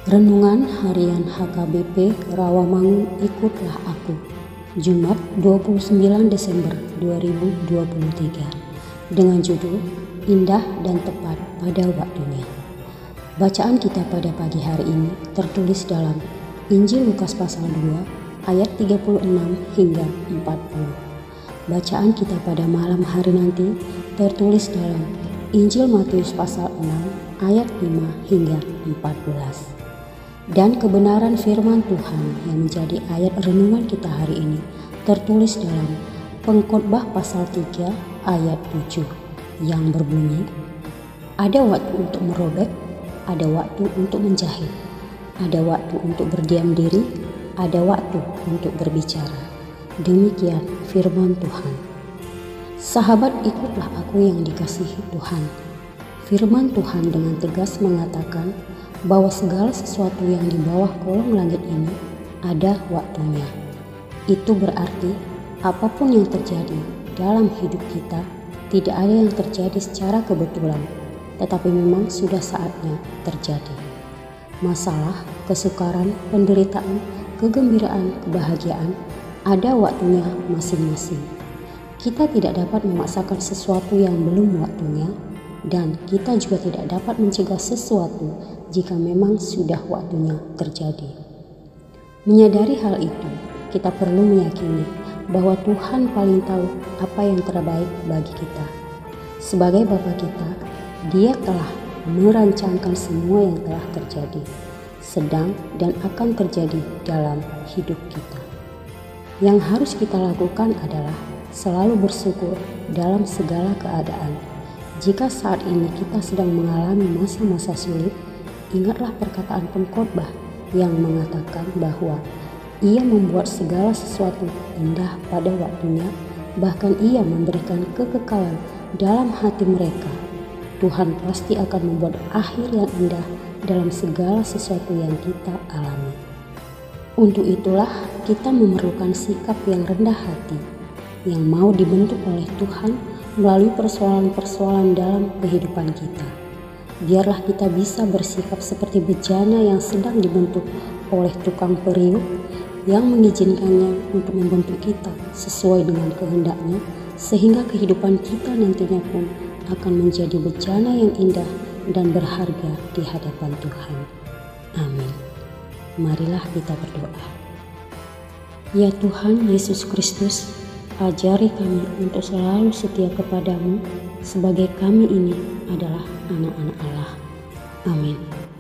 Renungan Harian HKBP Rawamangun Ikutlah Aku, Jumat 29 Desember 2023, dengan judul Indah dan Tepat pada Waktunya. Bacaan kita pada pagi hari ini tertulis dalam Injil Lukas pasal 2 ayat 36 hingga 40. Bacaan kita pada malam hari nanti tertulis dalam Injil Matius pasal 6 ayat 5 hingga 14. Dan kebenaran firman Tuhan yang menjadi ayat renungan kita hari ini tertulis dalam Pengkhotbah pasal 3 ayat 7 yang berbunyi, ada waktu untuk merobek, ada waktu untuk menjahit, ada waktu untuk berdiam diri, ada waktu untuk berbicara. Demikian firman Tuhan. Sahabat, ikutlah aku yang dikasihi Tuhan. Firman Tuhan dengan tegas mengatakan bahwa segala sesuatu yang di bawah kolong langit ini ada waktunya. Itu berarti apapun yang terjadi dalam hidup kita tidak ada yang terjadi secara kebetulan, tetapi memang sudah saatnya terjadi. Masalah, kesukaran, penderitaan, kegembiraan, kebahagiaan ada waktunya masing-masing. Kita tidak dapat memaksakan sesuatu yang belum waktunya, dan kita juga tidak dapat mencegah sesuatu jika memang sudah waktunya terjadi. Menyadari hal itu, kita perlu meyakini bahwa Tuhan paling tahu apa yang terbaik bagi kita. Sebagai Bapa kita, Dia telah merancangkan semua yang telah terjadi, sedang dan akan terjadi dalam hidup kita. Yang harus kita lakukan adalah selalu bersyukur dalam segala keadaan. Jika saat ini kita sedang mengalami masa-masa sulit, ingatlah perkataan pengkhotbah yang mengatakan bahwa Ia membuat segala sesuatu indah pada waktunya, bahkan Ia memberikan kekekalan dalam hati mereka. Tuhan pasti akan membuat akhir yang indah dalam segala sesuatu yang kita alami. Untuk itulah kita memerlukan sikap yang rendah hati, yang mau dibentuk oleh Tuhan melalui persoalan-persoalan dalam kehidupan kita. Biarlah kita bisa bersikap seperti bejana yang sedang dibentuk oleh tukang periuk yang mengizinkannya untuk membentuk kita sesuai dengan kehendaknya, sehingga kehidupan kita nantinya pun akan menjadi bejana yang indah dan berharga di hadapan Tuhan. Amin. Marilah kita berdoa. Ya Tuhan Yesus Kristus, ajari kami untuk selalu setia kepadamu, sebagai kami ini adalah anak-anak Allah. Amin.